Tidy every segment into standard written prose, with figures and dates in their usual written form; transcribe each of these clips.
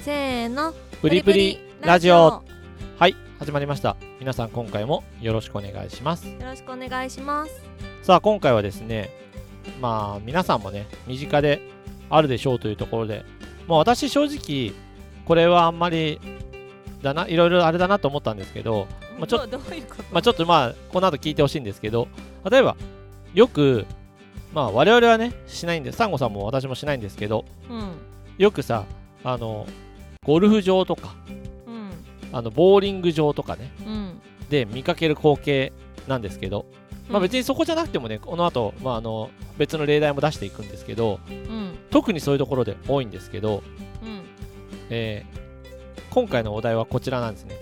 せーの、 プリプリラジオ。はい、始まりました。皆さん今回もよろしくお願いします。 よろしくお願いします。 さあ今回はですね、皆さんもね身近であるでしょうというところで、私正直これはあんまりだな、いろいろあれだなと思ったんですけど、 どういうこと？ ちょっとこの後聞いてほしいんですけど、例えばよく我々はねしないんで、サンゴさんも私もしないんですけど、よくさゴルフ場とか、ボーリング場とかね、で見かける光景なんですけど、別にそこじゃなくてもね、この後、別の例題も出していくんですけど、特にそういうところで多いんですけど、今回のお題はこちらなんですね。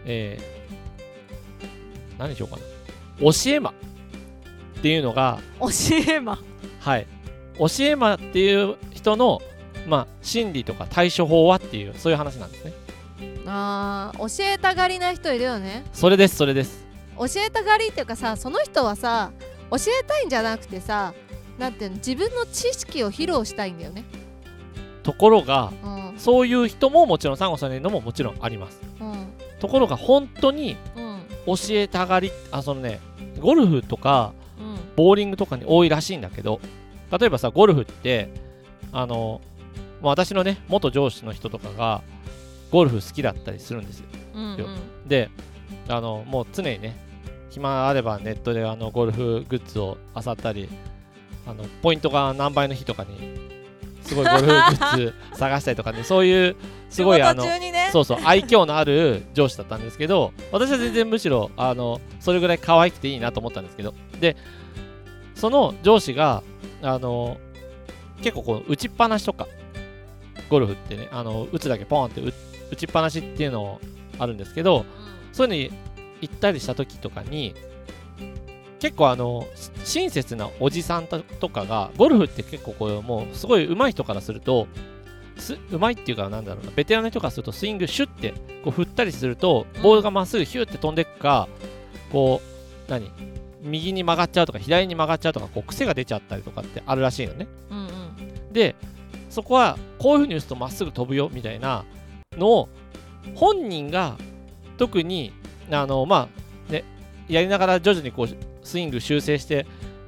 何でしょうかな、教え魔っていうのが、 教え魔、 はい、教え魔っていう人の心理とか対処法はっていう、そういう話なんですね。 教えたがりな人いるよね。 それです。教えたがりっていうかさ、その人はさ、教えたいんじゃなくてさ、なんていうの、自分の知識を披露したいんだよね。 ところが、そういう人ももちろん、サンゴさんののももちろんあります。ところが本当に教えたがり、ゴルフとか、ボーリングとかに多いらしいんだけど、例えばさ、ゴルフって私のね元上司の人とかがゴルフ好きだったりするんですよ。でもう常にね、暇あればネットでゴルフグッズを漁ったり、ポイントが何倍の日とかにすごいゴルフグッズ探したりとかね、そういうすごい愛嬌のある上司だったんですけど、私は全然むしろそれぐらい可愛くていいなと思ったんですけど、でその上司が結構こう打ちっぱなしとか、ゴルフってね打つだけポンって打ちっぱなしっていうのあるんですけど、そういうのに行ったりした時とかに、結構親切なおじさんとかが、ゴルフって結構こうもうすごい上手い人からすると、上手いっていうかなんだろうな、ベテランの人からするとスイングシュッてこう振ったりすると、ボールがまっすぐヒューって飛んでいくか、こう右に曲がっちゃうとか左に曲がっちゃうとか、こう癖が出ちゃったりとかってあるらしいのね。でそこはこういう風に打つとまっすぐ飛ぶよみたいなのを本人が特にやりながら徐々にこうスイング修正して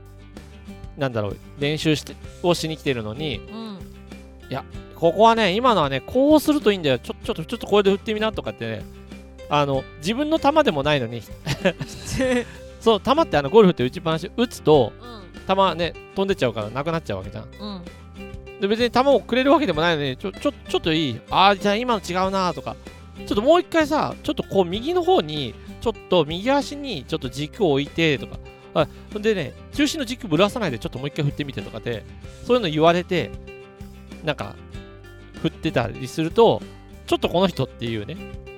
練習をしに来てるのに、いやここはね、今のはねこうするといいんだよ、ちょっとこれで振ってみなとかってね、自分の球でもないのにそう、球ってゴルフって打ちっぱなし打つと、球ね飛んでっちゃうからなくなっちゃうわけじゃん。で別に球をくれるわけでもないのに、ちょっといい、じゃあ今の違うなとか、ちょっともう一回さ、ちょっとこう右の方にちょっと右足にちょっと軸を置いてとか、ほんでね、中心の軸ぶらさないでちょっともう一回振ってみてとかで、そういうの言われてなんか振ってたりすると、ちょっとこの人っていうね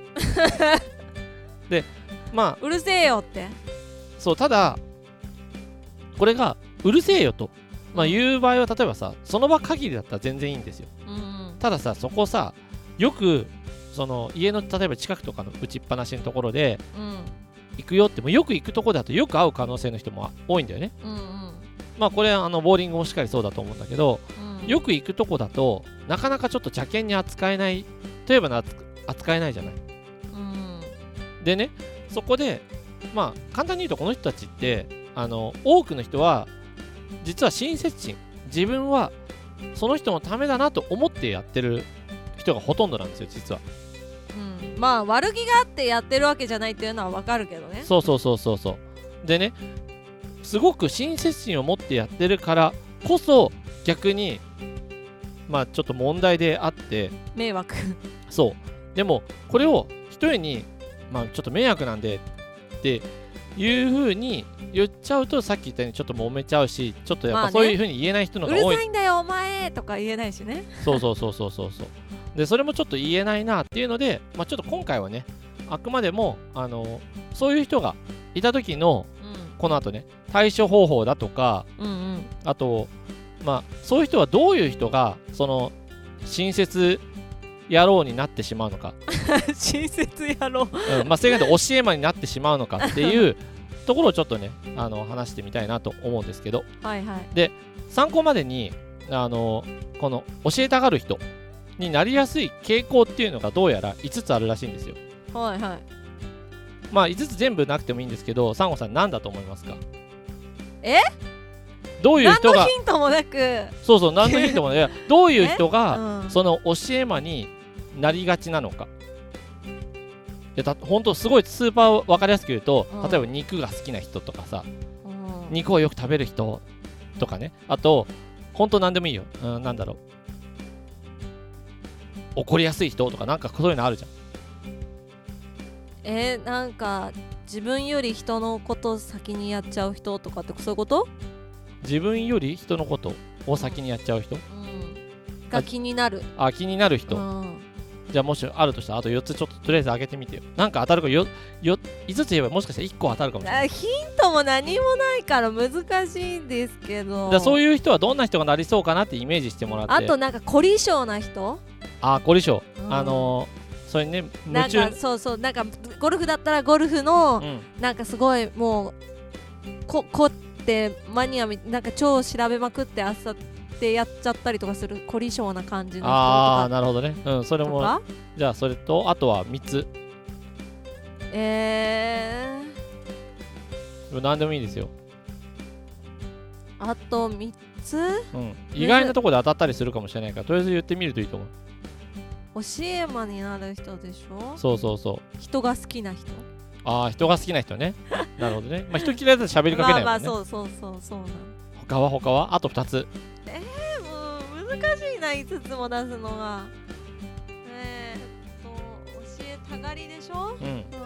でうるせえよって。 そう、ただこれがうるせえよと言う場合は、例えばさ、その場限りだったら全然いいんですよ。たださ、そこさ、よくその家の例えば近くとかの打ちっぱなしのところで、行くよって、もよく行くところだとよく会う可能性の人も多いんだよね。これはボーリングもしっかりそうだと思うんだけど、よく行くとこだとなかなかちょっと邪険に扱えない、例えば扱えないじゃない。でね、そこで簡単に言うと、この人たちって多くの人は実は親切心、自分はその人のためだなと思ってやってる人がほとんどなんですよ、実は。 悪気があってやってるわけじゃないっていうのはわかるけどね。 そうでね、すごく親切心を持ってやってるからこそ、逆にちょっと問題であって、 迷惑でもこれを一人にちょっと迷惑なんでっていう風に言っちゃうと、さっき言ったようにちょっと揉めちゃうし、ちょっとやっぱそういう風に言えない人の方が多い。 うるさいんだよお前とか言えないしね。 そうで、それもちょっと言えないなっていうので、ちょっと今回はね、あくまでもそういう人がいた時の、この後ね、対処方法だとか、あとそういう人はどういう人がその親切野郎になってしまうのか親切野郎、 そういう教え魔になってしまうのかっていうところをちょっとね話してみたいなと思うんですけど、で参考までにこの教えたがる人になりやすい傾向っていうのがどうやら5つあるらしいんですよ。 はいはい。 まあ5つ全部なくてもいいんですけど、サンゴさん何だと思いますか？どういう人が、 何のヒントもなく、 そうそう、何のヒントもねどういう人が、 うん、 その教え魔になりがちなのか。本当すごいスーパー分かりやすく言うと、例えば肉が好きな人とかさ、肉をよく食べる人とかね、あと本当何でもいいよ、なんだろう、怒りやすい人とか、なんかそういうのあるじゃん。 なんか自分より人のこと先にやっちゃう人とかってそういうこと？ 自分より人のことを先にやっちゃう人、 が気になる。 気になる人、じゃあもしあるとしたらあと4つちょっととりあえず上げてみてよ。なんか当たるか5つ言えばもしかしたら1個当たるかもしれない。 ヒントも何もないから難しいんですけど、 だそういう人はどんな人がなりそうかなってイメージしてもらって。 あとなんか凝り性な人、 凝り性、それね、夢中、 なんかそうそう、なんかゴルフだったらゴルフの、なんかすごいもう凝ってマニアなんか超調べまくって朝ってやっちゃったりとかする凝り性な感じの人とか。 なるほどね。それもじゃあそれとあとは3つ。何でもいいですよ。 あと3つ、 意外なところで当たったりするかもしれないから、とりあえず言ってみるといいと思う。 教え魔になる人でしょ。 そうそうそう。 人が好きな人。 人が好きな人ね。なるほどね。まあ人嫌いだと喋りかけないもんね。 まあそうそうそうそうなの。他はあと2つ。 もう難しいな、5つも出すのが。教えたがりでしょ。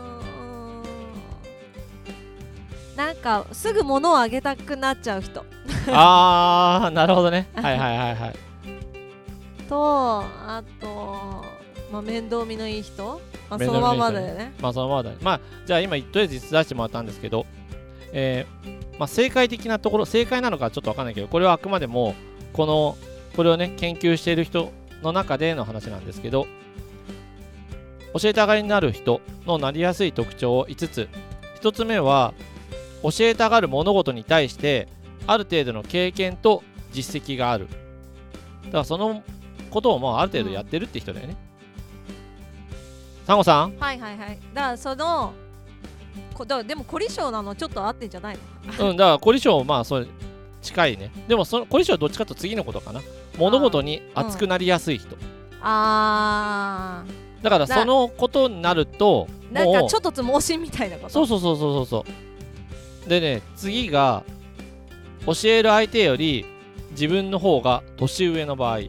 なんかすぐ物をあげたくなっちゃう人。 なるほどね。はいはいはいはい。 とあと、面倒見のいい人、そのままだよね。 そのままだね。じゃあ今とりあえず実出してもらったんですけど、正解的なところ、正解なのかちょっと分かんないけど、これはあくまでもこれをね研究している人の中での話なんですけど、教えたがりになる人のなりやすい特徴を5つ。1つ目は教えたがる物事に対してある程度の経験と実績がある。だからそのことをある程度やってるって人だよね。サンゴさん。 はいはいはい。だからでも凝り性なのちょっと合ってんじゃないの？だから凝り性それ近いね。でも凝り性はどっちかと次のことかな。物事に熱くなりやすい人。だからそのことになるとなんかちょっとつ盲信みたいなこと。 そうでね、次が教える相手より自分の方が年上の場合。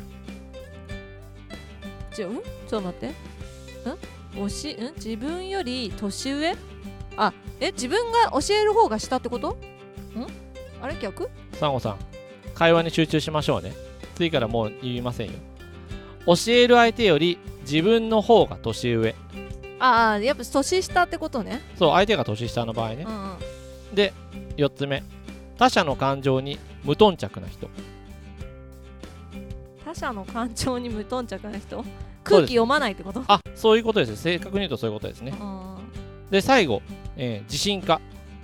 ちょっと待って。自分より年上？自分が教える方が下ってこと？あれ逆？ サンゴさん、会話に集中しましょうね。次からもう言いませんよ。教える相手より自分の方が年上。 やっぱ年下ってことね。 そう、相手が年下の場合ね。で、4つ目、他者の感情に無頓着な人。 他者の感情に無頓着な人？空気読まないってこと？ そういうことです。正確に言うとそういうことですね。で、最後、自信家。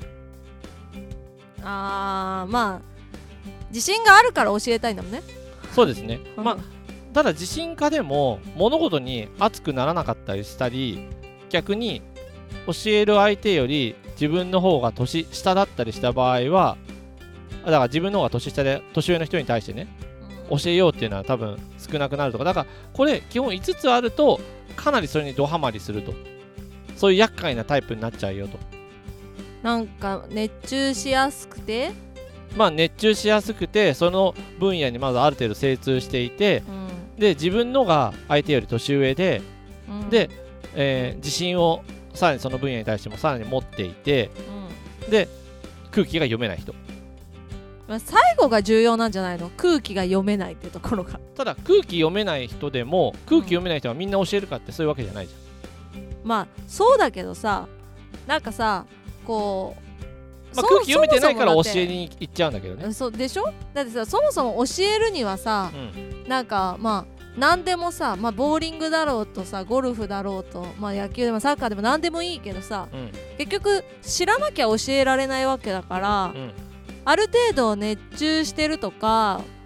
自信があるから教えたいんだもんね。 そうですね。ただ自信家でも物事に熱くならなかったりしたり、逆に教える相手より自分の方が年下だったりした場合は、だから自分の方が年下で年上の人に対してね、教えようっていうのは多分少なくなるとか。だからこれ基本5つあるとかなりそれにドハマりすると、そういう厄介なタイプになっちゃうよと。 なんか熱中しやすくて、 熱中しやすくて、その分野にまずある程度精通していて、で自分のが相手より年上で、で、自信をさらにその分野に対してもさらに持っていて、で空気が読めない人。 最後が重要なんじゃないの？空気が読めないってところが。 ただ空気読めない人でも、空気読めない人がみんな教えるかってそういうわけじゃないじゃん。 そうだけどさ、なんかさ、こう、 空気読めてないから教えに行っちゃうんだけどね。 そうでしょ？だってさ、そもそも教えるにはさ、なんか何でもさ、ボーリングだろうとさ、ゴルフだろうと、野球でもサッカーでも何でもいいけどさ、結局知らなきゃ教えられないわけだから、ある程度熱中してるとか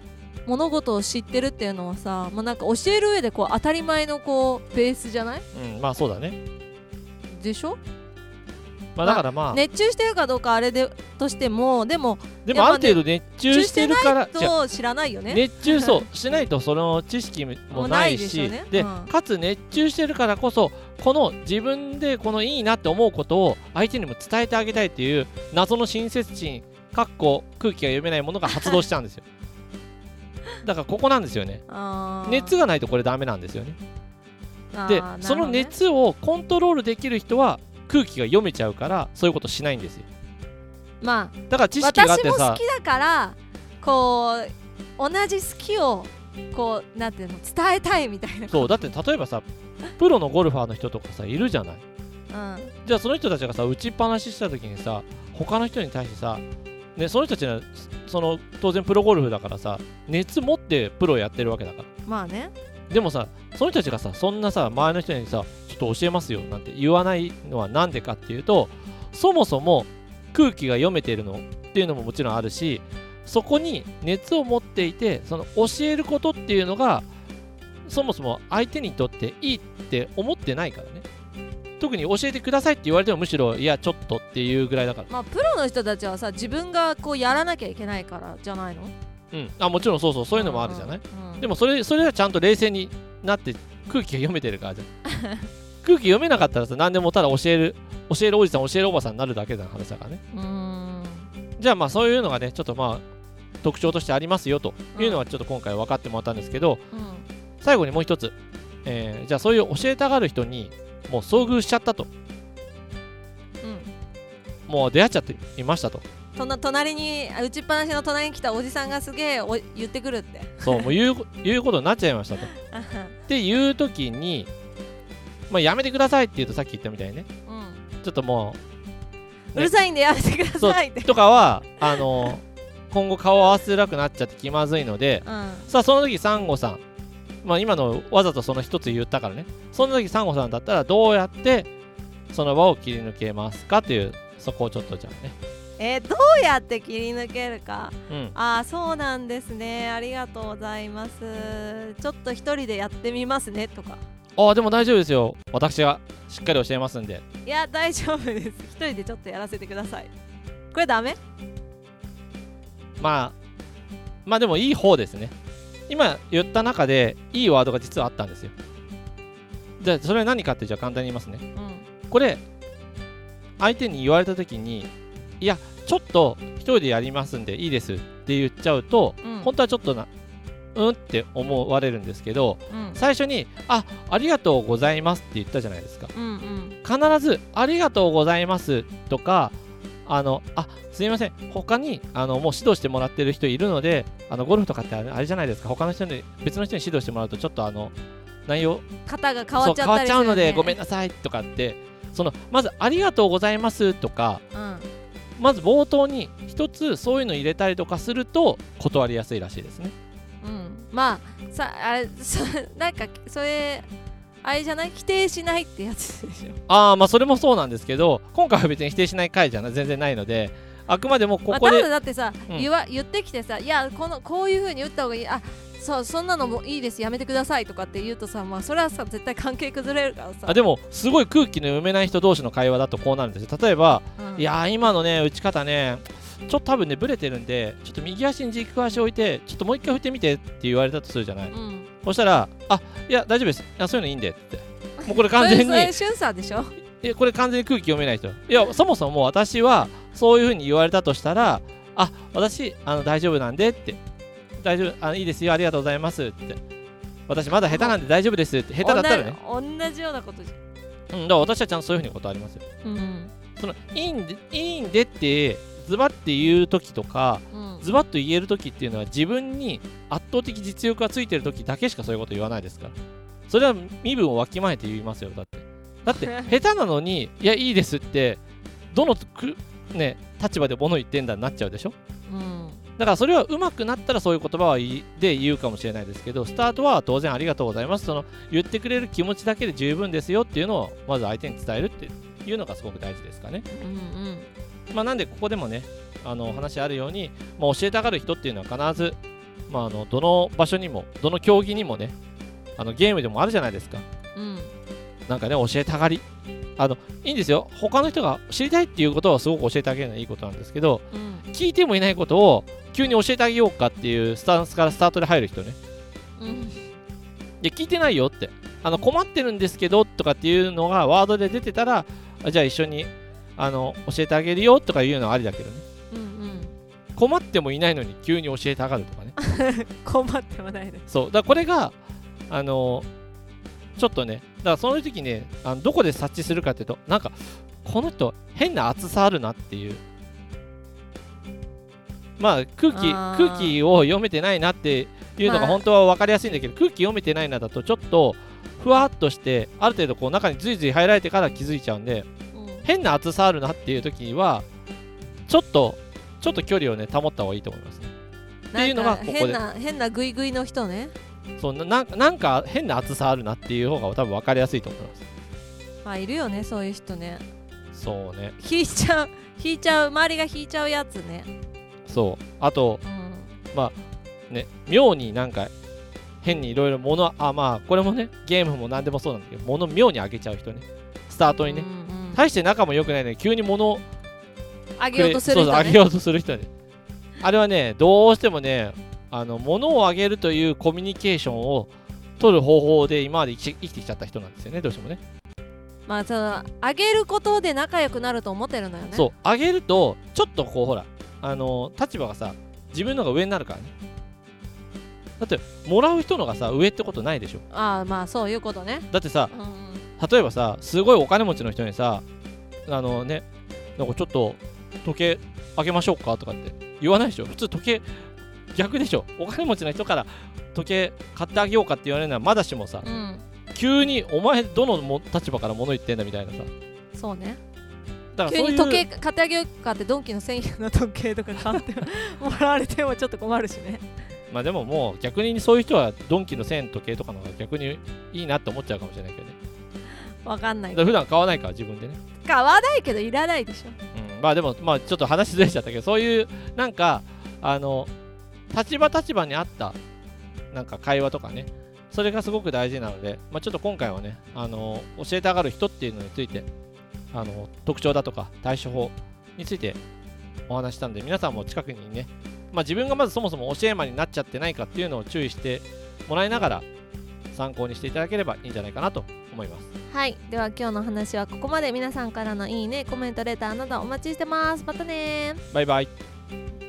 物事を知ってるっていうのはさ、なんか教える上でこう当たり前のこうベースじゃない？ まあそうだね。 でしょ？ だからまあ熱中してるかどうかあれでとしてもでもある程度熱中してるから熱中してないと知らないよね。 熱中そうしないとその知識もないしで、かつ熱中してるからこそこの自分でこのいいなって思うことを相手にも伝えてあげたいっていう謎の親切心空気が読めないものが発動しちゃうんですよ。だからここなんですよね。熱がないとこれダメなんですよね。で、その熱をコントロールできる人は空気が読めちゃうからそういうことしないんですよ。 まあだから知識があってさ、 私も好きだからこう同じ好きをこうなんていうの伝えたいみたいな。 そうだって例えばさプロのゴルファーの人とかさいるじゃない。じゃあその人たちがさ打ちっぱなしした時にさ他の人に対してさ、ね、その人たちはその当然プロゴルフだからさ熱持ってプロやってるわけだから。 まあね。 でもさその人たちがさそんなさ周りの人にさちょっと教えますよなんて言わないのはなんでかっていうと、そもそも空気が読めているのっていうのももちろんあるし、そこに熱を持っていてその教えることっていうのがそもそも相手にとっていいって思ってないからね。特に教えてくださいって言われてもむしろいやちょっとっていうぐらいだから。 プロの人たちはさ自分がこうやらなきゃいけないからじゃないの？ もちろんそういうのもあるじゃない。でもそれはちゃんと冷静になって空気が読めてるからじゃん。空気読めなかったらさ何でもただ教えるおじさん教えるおばさんになるだけの話だからね。じゃあまあそういうのがねちょっとまあ特徴としてありますよというのはちょっと今回分かってもらったんですけど、最後にもう一つ、じゃあそういう教えたがる人にもう遭遇しちゃったと、もう出会っちゃっていましたと。 隣に打ちっぱなしの隣に来たおじさんがすげえ言ってくるって。そうもう言うことになっちゃいましたとっていう時に、やめてくださいって言うとさっき言ったみたいにね、ちょっともう、うるさいんでやめてくださいってとかは今後顔合わせづらくなっちゃって気まずいので、さあその時サンゴさん、今のわざとその一つ言ったからね、その時サンゴさんだったらどうやってその場を切り抜けますかっていう、そこをちょっとじゃあねどうやって切り抜けるか、そうなんですね、ありがとうございます、ちょっと一人でやってみますねとか。 でも大丈夫ですよ、私がしっかり教えますんで。 いや大丈夫です、一人でちょっとやらせてください。これダメ？ まあでもいい方ですね。今言った中でいいワードが実はあったんですよ。じゃあそれは何かってじゃあ簡単に言いますね、これ相手に言われた時にいやちょっと一人でやりますんでいいですって言っちゃうと、本当はちょっとって思われるんですけど、最初にありがとうございますって言ったじゃないですか、必ずありがとうございますとかすいません他にもう指導してもらってる人いるのでゴルフとかってあれじゃないですか、他の人に別の人に指導してもらうとちょっと内容型が変わっちゃったりする、 変わっちゃうのでごめんなさいとかってまずありがとうございますとか、まず冒頭に一つそういうの入れたりとかすると断りやすいらしいですね。 なんかそれあれじゃない、否定しないってやつでしょ。 それもそうなんですけど、今回は別に否定しない回じゃ全然ないので、あくまでもここで、 だってさ、言ってきてさ、いやこういう風に打った方がいい、そんなのもいいですやめてくださいとかって言うとさ、それはさ絶対関係崩れるからさ。 でもすごい空気の読めない人同士の会話だとこうなるんですよ。例えば、いや今のね打ち方ねちょっと多分ねブレてるんでちょっと右足に軸足置いてちょっともう一回振ってみてって言われたとするじゃない、そしたらいや大丈夫です、そういうのいいんでってもうこれ完全にそれ俊さんでしょ。 これ完全に空気読めない人、いやそもそも私はそういう風に言われたとしたら私大丈夫なんでって、大丈夫いいですよありがとうございますって、私まだ下手なんで大丈夫ですって、下手だったらね同じようなことじゃん、だから私はちゃんとそういう風に断りますよ、いいんでってズバッて言う時とか、ズバッと言える時っていうのは自分に圧倒的実力がついてる時だけしかそういうこと言わないですから、それは身分をわきまえて言いますよ。だって下手なのにいやいいですってどの立場で物言ってんだになっちゃうでしょ、だからそれは上手くなったらそういう言葉はで言うかもしれないですけど、スタートは当然ありがとうございます、言ってくれる気持ちだけで十分ですよっていうのをまず相手に伝えるっていうのがすごく大事ですかね。なんでここでもね話あるように、教えたがる人っていうのは必ずどの場所にもどの競技にもねゲームでもあるじゃないですか、なんかね教えたがりいいんですよ。他の人が知りたいっていうことはすごく教えてあげるのはいいことなんですけど、聞いてもいないことを急に教えてあげようかっていうスタンスからスタートで入る人ね、で聞いてないよって困ってるんですけどとかっていうのがワードで出てたらじゃあ一緒に教えてあげるよとかいうのはありだけどね、困ってもいないのに急に教えたがるとかね困ってもないのにそうだからこれがちょっとねだからその時ねどこで察知するかっていうとなんかこの人変な熱さあるなっていう空気を読めてないなっていうのが本当は分かりやすいんだけど、空気読めてないなだとちょっとふわっとしてある程度こう中にズイズイ入られてから気づいちゃうんで、変な熱さあるなっていう時にはちょっと距離をね保った方がいいと思いますね。っていうのがここで変なグイグイの人ね。 そうなんか変な熱さあるなっていう方が多分分かりやすいと思います。 いるよねそういう人ね。 そうね引いちゃう周りが引いちゃうやつね。 そうあと、妙になんか変にいろいろ物これもねゲームも何でもそうなんだけど物妙に上げちゃう人ねスタートにね、大して仲も良くないのに急に物を上げようとする人ね。 上げようとする人ねあれはねどうしてもね物を上げるというコミュニケーションを取る方法で今まで生きてきちゃった人なんですよねどうしてもね。 上げることで仲良くなると思ってるんだよね。 そう上げるとちょっとこうほら立場がさ自分のが上になるからね。だってもらう人のがさ上ってことないでしょ。 そういうことね。 だってさ、例えばさすごいお金持ちの人にさなんかちょっと時計あげましょうかとかって言わないでしょ。普通時計逆でしょ。お金持ちの人から時計買ってあげようかって言われるのはまだしもさ、急にお前どの立場から物言ってんだみたいなさ。 そうね。 だからそういう急に時計買ってあげようかってドンキの1000円の時計とか買ってもらわれてもちょっと困るしね。 でももう逆にそういう人はドンキの1000円の時計とかの方が逆にいいなって思っちゃうかもしれないけどね。 わかんない。 普段買わないから自分でね。 買わないけどいらないでしょ。 でもちょっと話ずれちゃったけどそういうなんか立場に合ったなんか会話とかねそれがすごく大事なので、ちょっと今回はね教えたがる人っていうのについて特徴だとか対処法についてお話したんで皆さんも近くにね、自分がまずそもそも教え魔になっちゃってないかっていうのを注意してもらいながら参考にしていただければいいんじゃないかなと思います。 はい、では今日の話はここまで。皆さんからのいいねコメントレターなどお待ちしてます。またね。 バイバイ。